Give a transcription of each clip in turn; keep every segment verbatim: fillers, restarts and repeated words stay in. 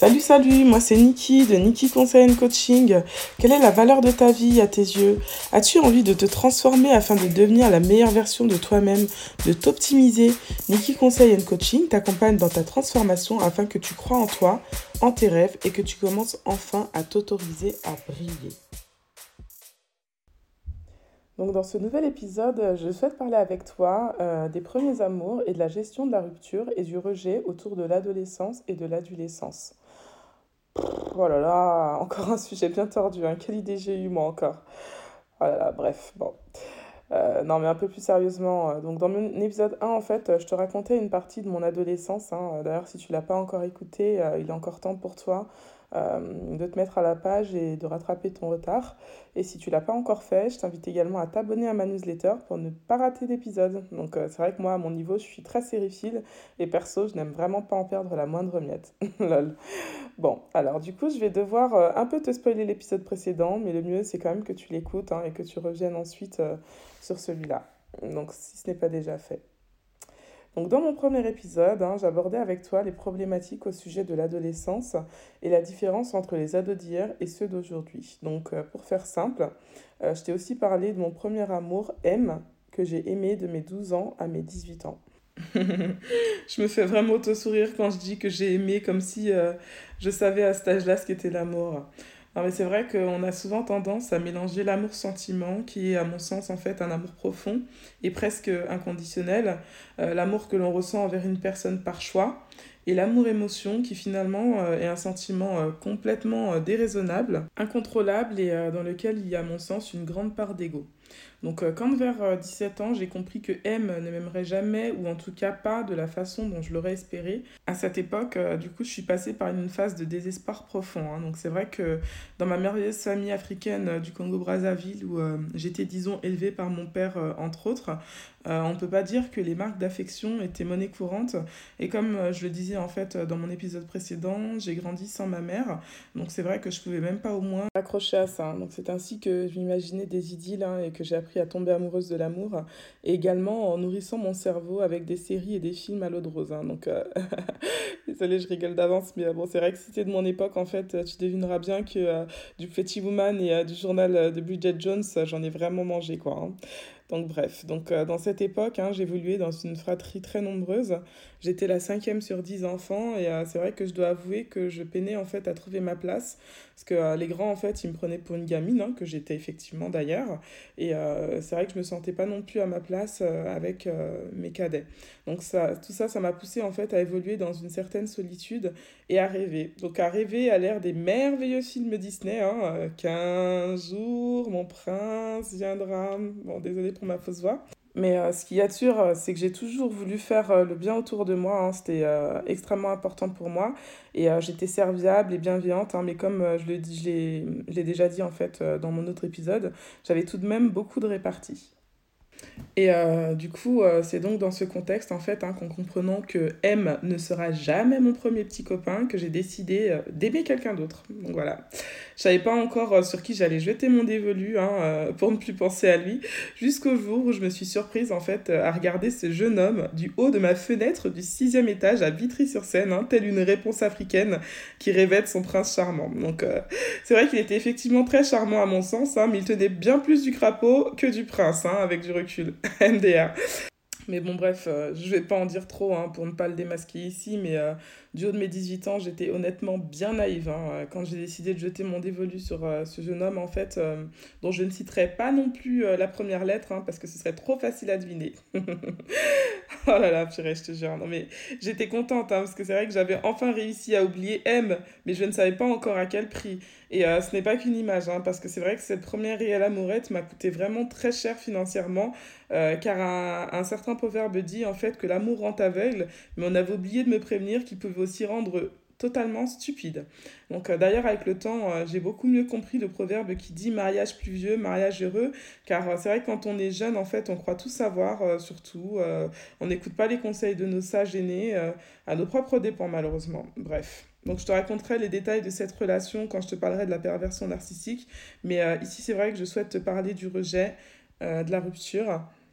Salut, salut, moi c'est Niki de Niki Conseil and Coaching. Quelle est la valeur de ta vie à tes yeux? As-tu envie de te transformer afin de devenir la meilleure version de toi-même, de t'optimiser? Niki Conseil and Coaching t'accompagne dans ta transformation afin que tu crois en toi, en tes rêves et que tu commences enfin à t'autoriser à briller. Donc dans ce nouvel épisode, je souhaite parler avec toi euh, des premiers amours et de la gestion de la rupture et du rejet autour de l'adolescence et de l'adolescence. Oh là là, encore un sujet bien tordu, hein. Quelle idée j'ai eu moi encore. Oh là là, bref, bon. Euh, non mais un peu plus sérieusement, euh, donc dans mon épisode un en fait, euh, je te racontais une partie de mon adolescence, hein. D'ailleurs si tu l'as pas encore écouté, euh, il est encore temps pour toi euh, de te mettre à la page et de rattraper ton retard. Et si tu l'as pas encore fait, je t'invite également à t'abonner à ma newsletter pour ne pas rater d'épisode. Donc euh, c'est vrai que moi à mon niveau je suis très sériephile et perso je n'aime vraiment pas en perdre la moindre miette. Lol. Bon, alors du coup, je vais devoir euh, un peu te spoiler l'épisode précédent, mais le mieux, c'est quand même que tu l'écoutes hein, et que tu reviennes ensuite euh, sur celui-là. Donc, si ce n'est pas déjà fait. Donc, dans mon premier épisode, hein, j'abordais avec toi les problématiques au sujet de l'adolescence et la différence entre les ados d'hier et ceux d'aujourd'hui. Donc, euh, pour faire simple, euh, je t'ai aussi parlé de mon premier amour, M, que j'ai aimé de mes douze ans à mes dix-huit ans. Je me fais vraiment auto-sourire quand je dis que j'ai aimé comme si euh, je savais à cet âge-là ce qu'était l'amour. Non mais c'est vrai qu'on a souvent tendance à mélanger l'amour-sentiment, qui est à mon sens en fait un amour profond et presque inconditionnel, euh, l'amour que l'on ressent envers une personne par choix, et l'amour-émotion qui finalement euh, est un sentiment euh, complètement euh, déraisonnable, incontrôlable et euh, dans lequel il y a à mon sens une grande part d'ego. Donc euh, quand vers euh, dix-sept ans, j'ai compris que M ne m'aimerait jamais, ou en tout cas pas de la façon dont je l'aurais espéré, à cette époque, euh, du coup, je suis passée par une phase de désespoir profond, hein. Donc c'est vrai que dans ma merveilleuse famille africaine euh, du Congo-Brazzaville, où euh, j'étais, disons, élevée par mon père, euh, entre autres, euh, on ne peut pas dire que les marques d'affection étaient monnaie courante. Et comme euh, je le disais en fait dans mon épisode précédent, j'ai grandi sans ma mère, donc c'est vrai que je pouvais même pas au moins accrocher à ça, hein. Donc c'est ainsi que je m'imaginais des idylles hein, et que j'ai appris à tomber amoureuse de l'amour, et également en nourrissant mon cerveau avec des séries et des films à l'eau de rose, hein. Donc euh, désolée, je rigole d'avance, mais euh, bon, c'est vrai que si t'es de mon époque, en fait, euh, tu devineras bien que euh, du Pretty Woman et euh, du journal euh, de Bridget Jones, euh, j'en ai vraiment mangé, quoi, hein. Donc bref, donc euh, dans cette époque, hein, j'évoluais dans une fratrie très nombreuse. J'étais la cinquième sur dix enfants et euh, c'est vrai que je dois avouer que je peinais en fait à trouver ma place parce que euh, les grands en fait ils me prenaient pour une gamine, hein, que j'étais effectivement d'ailleurs, et euh, c'est vrai que je me sentais pas non plus à ma place euh, avec euh, mes cadets. Donc ça, tout ça, ça m'a poussé en fait à évoluer dans une certaine solitude et à rêver. Donc à rêver à l'ère des merveilleux films Disney, hein, euh, qu'un jour mon prince viendra. Bon, désolé pour ma fausse voix. Mais euh, ce qu'il y a de sûr, euh, c'est que j'ai toujours voulu faire euh, le bien autour de moi, hein. C'était euh, extrêmement important pour moi. Et euh, j'étais serviable et bienveillante, hein, mais comme euh, je le dis, je l'ai, je l'ai déjà dit en fait euh, dans mon autre épisode, j'avais tout de même beaucoup de répartie. Et euh, du coup, euh, c'est donc dans ce contexte, en fait, hein, qu'en comprenant que M ne sera jamais mon premier petit copain, que j'ai décidé euh, d'aimer quelqu'un d'autre. Donc voilà. Je savais pas encore euh, sur qui j'allais jeter mon dévolu hein, euh, pour ne plus penser à lui, jusqu'au jour où je me suis surprise, en fait, euh, à regarder ce jeune homme du haut de ma fenêtre du sixième étage à Vitry-sur-Seine, hein, telle une réponse africaine qui rêvait de son prince charmant. Donc euh, c'est vrai qu'il était effectivement très charmant à mon sens, hein, mais il tenait bien plus du crapaud que du prince, hein, avec du recul. M D R. Mais bon, bref, euh, je vais pas en dire trop hein, pour ne pas le démasquer ici, mais euh, du haut de mes dix-huit ans, j'étais honnêtement bien naïve hein, euh, quand j'ai décidé de jeter mon dévolu sur euh, ce jeune homme, en fait, euh, dont je ne citerai pas non plus euh, la première lettre, hein, parce que ce serait trop facile à deviner. Oh là là, purée, je te jure. Non, mais j'étais contente, hein, parce que c'est vrai que j'avais enfin réussi à oublier M, mais je ne savais pas encore à quel prix. Et euh, ce n'est pas qu'une image, hein, parce que c'est vrai que cette première réelle amourette m'a coûté vraiment très cher financièrement, euh, car un, un certain proverbe dit en fait que l'amour rend aveugle, mais on avait oublié de me prévenir qu'il pouvait aussi rendre totalement stupide. Donc euh, d'ailleurs avec le temps, euh, j'ai beaucoup mieux compris le proverbe qui dit mariage plus vieux, mariage heureux, car euh, c'est vrai que quand on est jeune, en fait, on croit tout savoir, euh, surtout, euh, on n'écoute pas les conseils de nos sages aînés, euh, à nos propres dépens malheureusement. Bref. Donc je te raconterai les détails de cette relation quand je te parlerai de la perversion narcissique, mais euh, ici c'est vrai que je souhaite te parler du rejet, euh, de la rupture.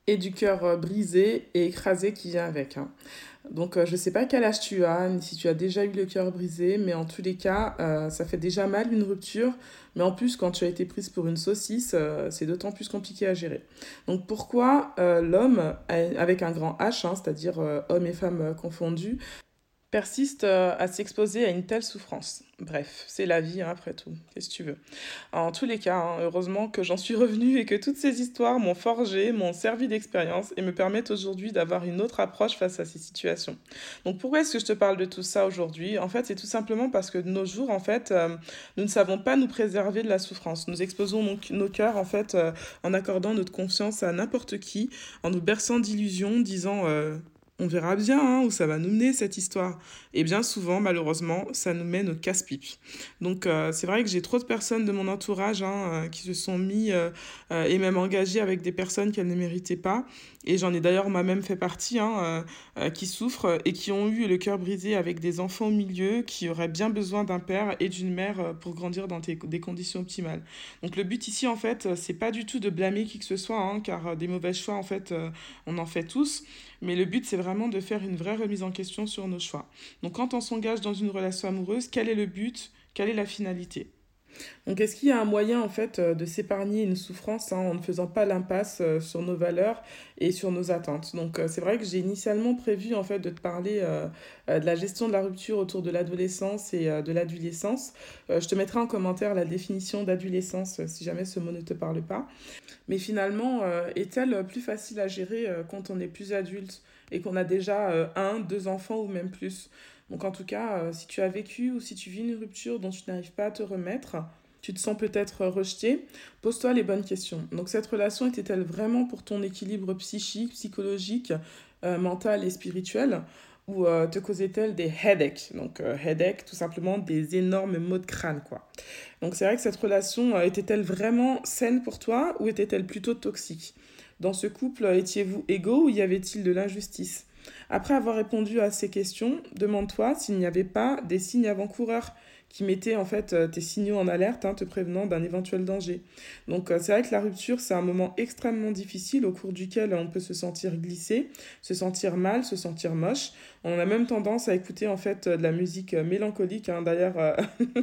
et du cœur euh, brisé et écrasé qui vient avec, hein. Donc, euh, je ne sais pas quel âge tu as, ni si tu as déjà eu le cœur brisé, mais en tous les cas, euh, ça fait déjà mal une rupture. Mais en plus, quand tu as été prise pour une saucisse, euh, c'est d'autant plus compliqué à gérer. Donc, pourquoi euh, l'homme, a- avec un grand H, hein, c'est-à-dire euh, homme et femme euh, confondus, persiste euh, à s'exposer à une telle souffrance? Bref, c'est la vie, hein, après tout. Qu'est-ce que tu veux? En tous les cas, hein, heureusement que j'en suis revenue et que toutes ces histoires m'ont forgé, m'ont servi d'expérience et me permettent aujourd'hui d'avoir une autre approche face à ces situations. Donc pourquoi est-ce que je te parle de tout ça aujourd'hui? En fait, c'est tout simplement parce que de nos jours, en fait, euh, nous ne savons pas nous préserver de la souffrance. Nous exposons nos, nos cœurs, en fait, euh, en accordant notre confiance à n'importe qui, en nous berçant d'illusions, disant... euh, on verra bien, hein, où ça va nous mener cette histoire. Et bien souvent, malheureusement, ça nous mène au casse-pipe. Donc euh, c'est vrai que j'ai trop de personnes de mon entourage, hein, euh, qui se sont mis euh, euh, et même engagées avec des personnes qu'elles ne méritaient pas. Et j'en ai d'ailleurs moi-même fait partie, hein, euh, euh, qui souffrent et qui ont eu le cœur brisé avec des enfants au milieu qui auraient bien besoin d'un père et d'une mère euh, pour grandir dans des, des conditions optimales. Donc le but ici, en fait, euh, c'est pas du tout de blâmer qui que ce soit, hein, car euh, des mauvais choix, en fait, euh, on en fait tous. Mais le but, c'est vraiment de faire une vraie remise en question sur nos choix. Donc quand on s'engage dans une relation amoureuse, quel est le but? Quelle est la finalité? Donc, est-ce qu'il y a un moyen, en fait, euh, de s'épargner une souffrance, hein, en ne faisant pas l'impasse euh, sur nos valeurs et sur nos attentes? Donc, euh, c'est vrai que j'ai initialement prévu, en fait, de te parler euh, euh, de la gestion de la rupture autour de l'adolescence et euh, de l'adolescence. Euh, je te mettrai en commentaire la définition d'adolescence euh, si jamais ce mot ne te parle pas. Mais finalement, euh, est-elle plus facile à gérer euh, quand on est plus adulte et qu'on a déjà euh, un, deux enfants ou même plus? Donc en tout cas, euh, si tu as vécu ou si tu vis une rupture dont tu n'arrives pas à te remettre, tu te sens peut-être rejeté, pose-toi les bonnes questions. Donc cette relation était-elle vraiment pour ton équilibre psychique, psychologique, euh, mental et spirituel? Ou euh, te causait-elle des headaches? Donc euh, headaches, tout simplement des énormes maux de crâne, quoi. Donc c'est vrai que cette relation euh, était-elle vraiment saine pour toi ou était-elle plutôt toxique? Dans ce couple, euh, étiez-vous égaux ou y avait-il de l'injustice? Après avoir répondu à ces questions, demande-toi s'il n'y avait pas des signes avant-coureurs qui mettaient en fait euh, tes signaux en alerte, hein, te prévenant d'un éventuel danger. Donc euh, c'est vrai que la rupture, c'est un moment extrêmement difficile au cours duquel on peut se sentir glissé, se sentir mal, se sentir moche. On a même tendance à écouter en fait euh, de la musique euh, mélancolique, hein. D'ailleurs, euh,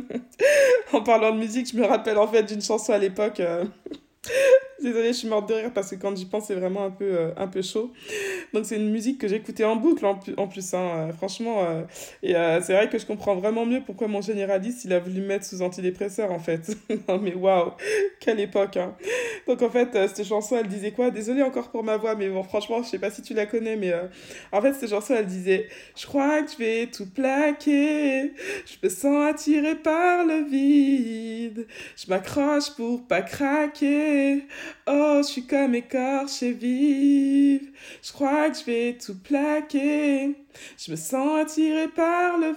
en parlant de musique, je me rappelle en fait d'une chanson à l'époque. euh, Désolée, je suis morte de rire parce que quand j'y pense, c'est vraiment un peu, euh, un peu chaud. Donc c'est une musique que j'écoutais en boucle en, plus, en plus, hein, euh, franchement. Euh, et euh, c'est vrai que je comprends vraiment mieux pourquoi mon généraliste, il a voulu me mettre sous antidépresseur en fait. Non mais waouh, quelle époque, hein. Donc en fait, euh, cette chanson, elle disait quoi? Désolée encore pour ma voix, mais bon, franchement, je sais pas si tu la connais, mais euh, en fait, cette chanson, elle disait: je crois que je vais tout plaquer, je me sens attirée par le vide, je m'accroche pour pas craquer, oh, je suis comme écorchée vive. Je crois que je vais tout plaquer. Je me sens attirée par le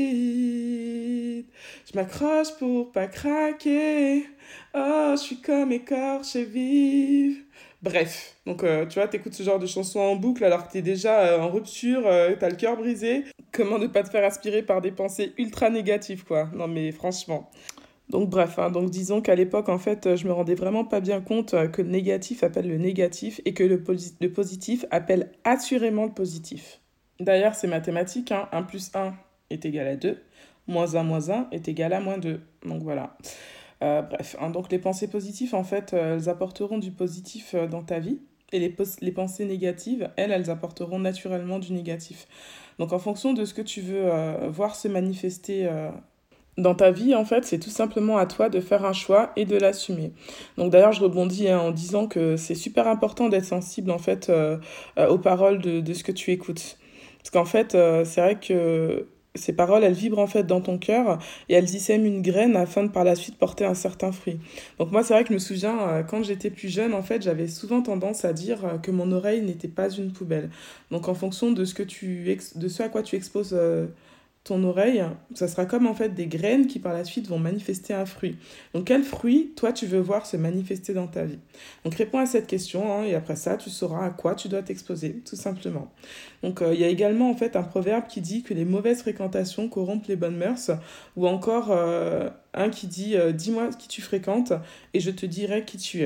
vide. Je m'accroche pour pas craquer. Oh, je suis comme écorchée vive. Bref, donc euh, tu vois, t'écoutes ce genre de chanson en boucle alors que t'es déjà euh, en rupture, euh, t'as le cœur brisé. Comment ne pas te faire aspirer par des pensées ultra négatives, quoi? Non mais franchement. Donc bref, hein, donc disons qu'à l'époque, en fait, euh, je me rendais vraiment pas bien compte euh, que le négatif appelle le négatif et que le, posi- le positif appelle assurément le positif. D'ailleurs, c'est mathématique, hein, un plus un est égal à deux, moins un moins un est égal à moins deux. Donc voilà. Euh, bref, hein, donc les pensées positives, en fait, euh, elles apporteront du positif euh, dans ta vie. Et les, pos- les pensées négatives, elles, elles apporteront naturellement du négatif. Donc en fonction de ce que tu veux euh, voir se manifester euh, dans ta vie, en fait, c'est tout simplement à toi de faire un choix et de l'assumer. Donc d'ailleurs, je rebondis, hein, en disant que c'est super important d'être sensible, en fait, euh, euh, aux paroles de, de ce que tu écoutes. Parce qu'en fait, euh, c'est vrai que ces paroles, elles vibrent en fait dans ton cœur et elles y sèment une graine afin de par la suite porter un certain fruit. Donc moi, c'est vrai que je me souviens, euh, quand j'étais plus jeune, en fait, j'avais souvent tendance à dire euh, que mon oreille n'était pas une poubelle. Donc en fonction de ce que tu ex- de ce à quoi tu exposes euh, ton oreille, ça sera comme en fait des graines qui par la suite vont manifester un fruit. Donc quel fruit, toi, tu veux voir se manifester dans ta vie? Donc réponds à cette question, hein, et après ça, tu sauras à quoi tu dois t'exposer, tout simplement. Donc euh, il y a également en fait un proverbe qui dit que les mauvaises fréquentations corrompent les bonnes mœurs, ou encore euh, un qui dit euh, dis-moi qui tu fréquentes et je te dirai qui tu es.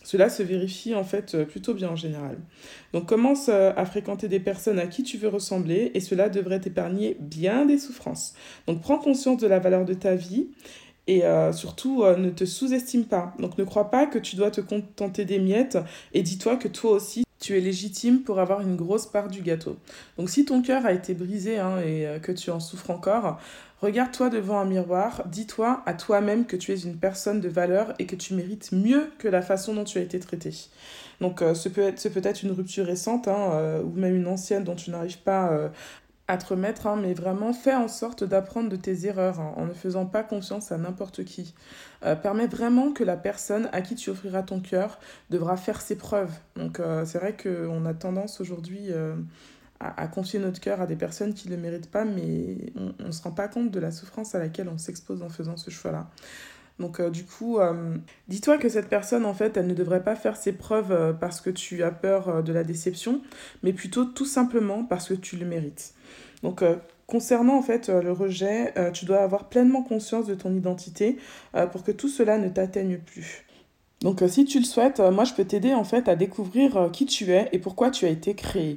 Cela se vérifie en fait euh, plutôt bien en général. Donc commence euh, à fréquenter des personnes à qui tu veux ressembler et cela devrait t'épargner bien des souffrances. Donc prends conscience de la valeur de ta vie et euh, surtout euh, ne te sous-estime pas. Donc ne crois pas que tu dois te contenter des miettes et dis-toi que toi aussi tu es légitime pour avoir une grosse part du gâteau. Donc si ton cœur a été brisé hein, et euh, que tu en souffres encore, regarde-toi devant un miroir, dis-toi à toi-même que tu es une personne de valeur et que tu mérites mieux que la façon dont tu as été traité. Donc euh, ce peut être, ce peut être une rupture récente hein, euh, ou même une ancienne dont tu n'arrives pas euh, à te remettre, hein, mais vraiment fais en sorte d'apprendre de tes erreurs hein, en ne faisant pas confiance à n'importe qui. Euh, permets vraiment que la personne à qui tu offriras ton cœur devra faire ses preuves. Donc euh, c'est vrai qu'on a tendance aujourd'hui euh, à, à confier notre cœur à des personnes qui ne le méritent pas, mais on ne se rend pas compte de la souffrance à laquelle on s'expose en faisant ce choix-là. Donc euh, du coup, euh, dis-toi que cette personne, en fait, elle ne devrait pas faire ses preuves euh, parce que tu as peur euh, de la déception, mais plutôt tout simplement parce que tu le mérites. Donc euh, concernant en fait euh, le rejet, euh, tu dois avoir pleinement conscience de ton identité euh, pour que tout cela ne t'atteigne plus. Donc euh, si tu le souhaites, euh, moi je peux t'aider en fait à découvrir euh, qui tu es et pourquoi tu as été créé.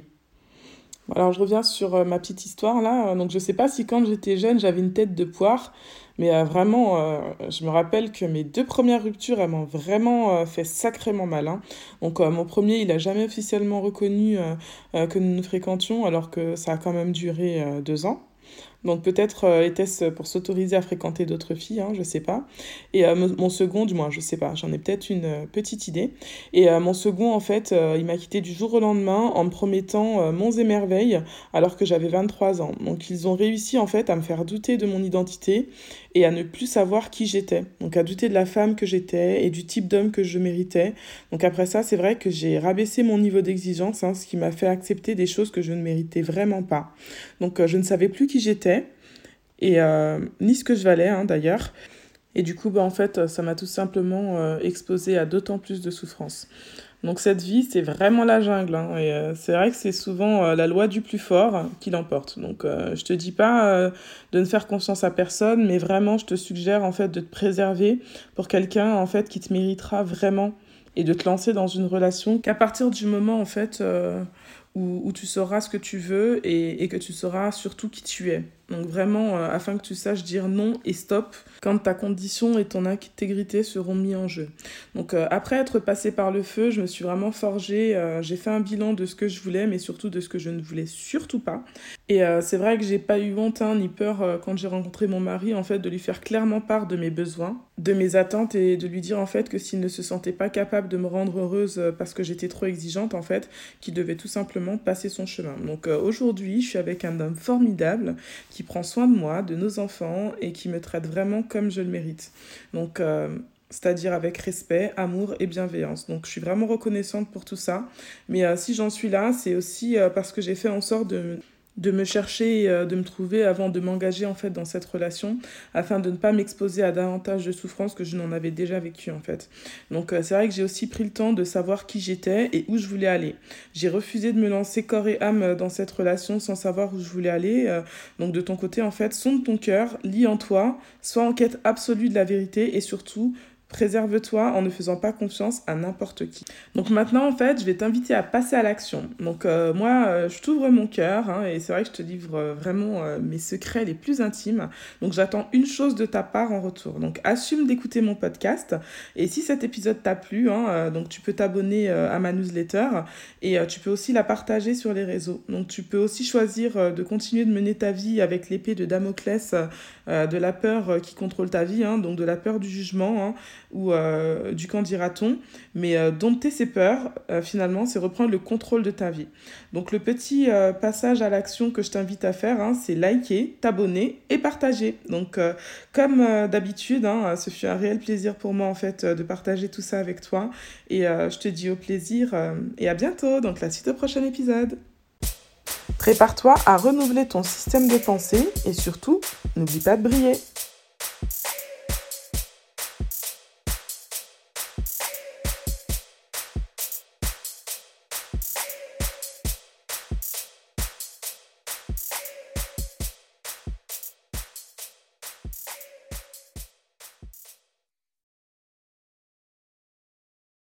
Alors je reviens sur euh, ma petite histoire là. Donc je sais pas si quand j'étais jeune j'avais une tête de poire, mais euh, vraiment euh, je me rappelle que mes deux premières ruptures elles m'ont vraiment euh, fait sacrément mal. Hein. Donc euh, mon premier il a jamais officiellement reconnu euh, euh, que nous nous fréquentions alors que ça a quand même duré euh, deux ans. Donc peut-être euh, était-ce pour s'autoriser à fréquenter d'autres filles, hein, je sais pas. Et euh, mon mon second, du moins, je sais pas, j'en ai peut-être une euh, petite idée. Et euh, mon second, en fait, euh, il m'a quitté du jour au lendemain en me promettant euh, monts et merveilles alors que j'avais vingt-trois ans. Donc ils ont réussi en fait à me faire douter de mon identité et à ne plus savoir qui j'étais. Donc à douter de la femme que j'étais et du type d'homme que je méritais. Donc après ça, c'est vrai que j'ai rabaissé mon niveau d'exigence, hein, ce qui m'a fait accepter des choses que je ne méritais vraiment pas. Donc euh, je ne savais plus qui j'étais et euh, ni ce que je valais hein, d'ailleurs. Et du coup, bah, en fait, ça m'a tout simplement euh, exposée à d'autant plus de souffrance. Donc cette vie, c'est vraiment la jungle. Hein, et euh, c'est vrai que c'est souvent euh, la loi du plus fort qui l'emporte. Donc euh, je te dis pas euh, de ne faire confiance à personne, mais vraiment, je te suggère en fait de te préserver pour quelqu'un en fait qui te méritera vraiment et de te lancer dans une relation qu'à partir du moment en fait euh, où, où tu sauras ce que tu veux et, et que tu sauras surtout qui tu es. Donc vraiment, euh, afin que tu saches dire non et stop quand ta condition et ton intégrité seront mis en jeu. Donc euh, après être passée par le feu, je me suis vraiment forgée, euh, j'ai fait un bilan de ce que je voulais, mais surtout de ce que je ne voulais surtout pas. Et euh, c'est vrai que j'ai pas eu honte hein, ni peur euh, quand j'ai rencontré mon mari, en fait, de lui faire clairement part de mes besoins, de mes attentes et de lui dire en fait que s'il ne se sentait pas capable de me rendre heureuse euh, parce que j'étais trop exigeante, en fait, qu'il devait tout simplement passer son chemin. Donc euh, aujourd'hui, je suis avec un homme formidable qui prend soin de moi, de nos enfants et qui me traite vraiment comme je le mérite. Donc, euh, c'est-à-dire avec respect, amour et bienveillance. Donc, je suis vraiment reconnaissante pour tout ça. Mais euh, si j'en suis là, c'est aussi euh, parce que j'ai fait en sorte de de me chercher et euh, de me trouver avant de m'engager en fait dans cette relation afin de ne pas m'exposer à davantage de souffrances que je n'en avais déjà vécu en fait. Donc euh, c'est vrai que j'ai aussi pris le temps de savoir qui j'étais et où je voulais aller. J'ai refusé de me lancer corps et âme dans cette relation sans savoir où je voulais aller. Euh, donc de ton côté en fait, sonde ton cœur, lis en toi, sois en quête absolue de la vérité et surtout préserve-toi en ne faisant pas confiance à n'importe qui. Donc maintenant, en fait, je vais t'inviter à passer à l'action. Donc euh, moi, euh, je t'ouvre mon cœur hein, et c'est vrai que je te livre euh, vraiment euh, mes secrets les plus intimes. Donc j'attends une chose de ta part en retour. Donc assume d'écouter mon podcast. Et si cet épisode t'a plu, hein, euh, donc tu peux t'abonner euh, à ma newsletter et euh, tu peux aussi la partager sur les réseaux. Donc tu peux aussi choisir euh, de continuer de mener ta vie avec l'épée de Damoclès euh, de la peur euh, qui contrôle ta vie, hein, donc de la peur du jugement, hein, ou euh, du qu'en dira-t-on, mais euh, dompter ses peurs, euh, finalement, c'est reprendre le contrôle de ta vie. Donc le petit euh, passage à l'action que je t'invite à faire, hein, c'est liker, t'abonner et partager. Donc euh, comme euh, d'habitude, hein, ce fut un réel plaisir pour moi en fait euh, de partager tout ça avec toi et euh, je te dis au plaisir euh, et à bientôt, donc la suite au prochain épisode. Prépare-toi à renouveler ton système de pensée et surtout, n'oublie pas de briller.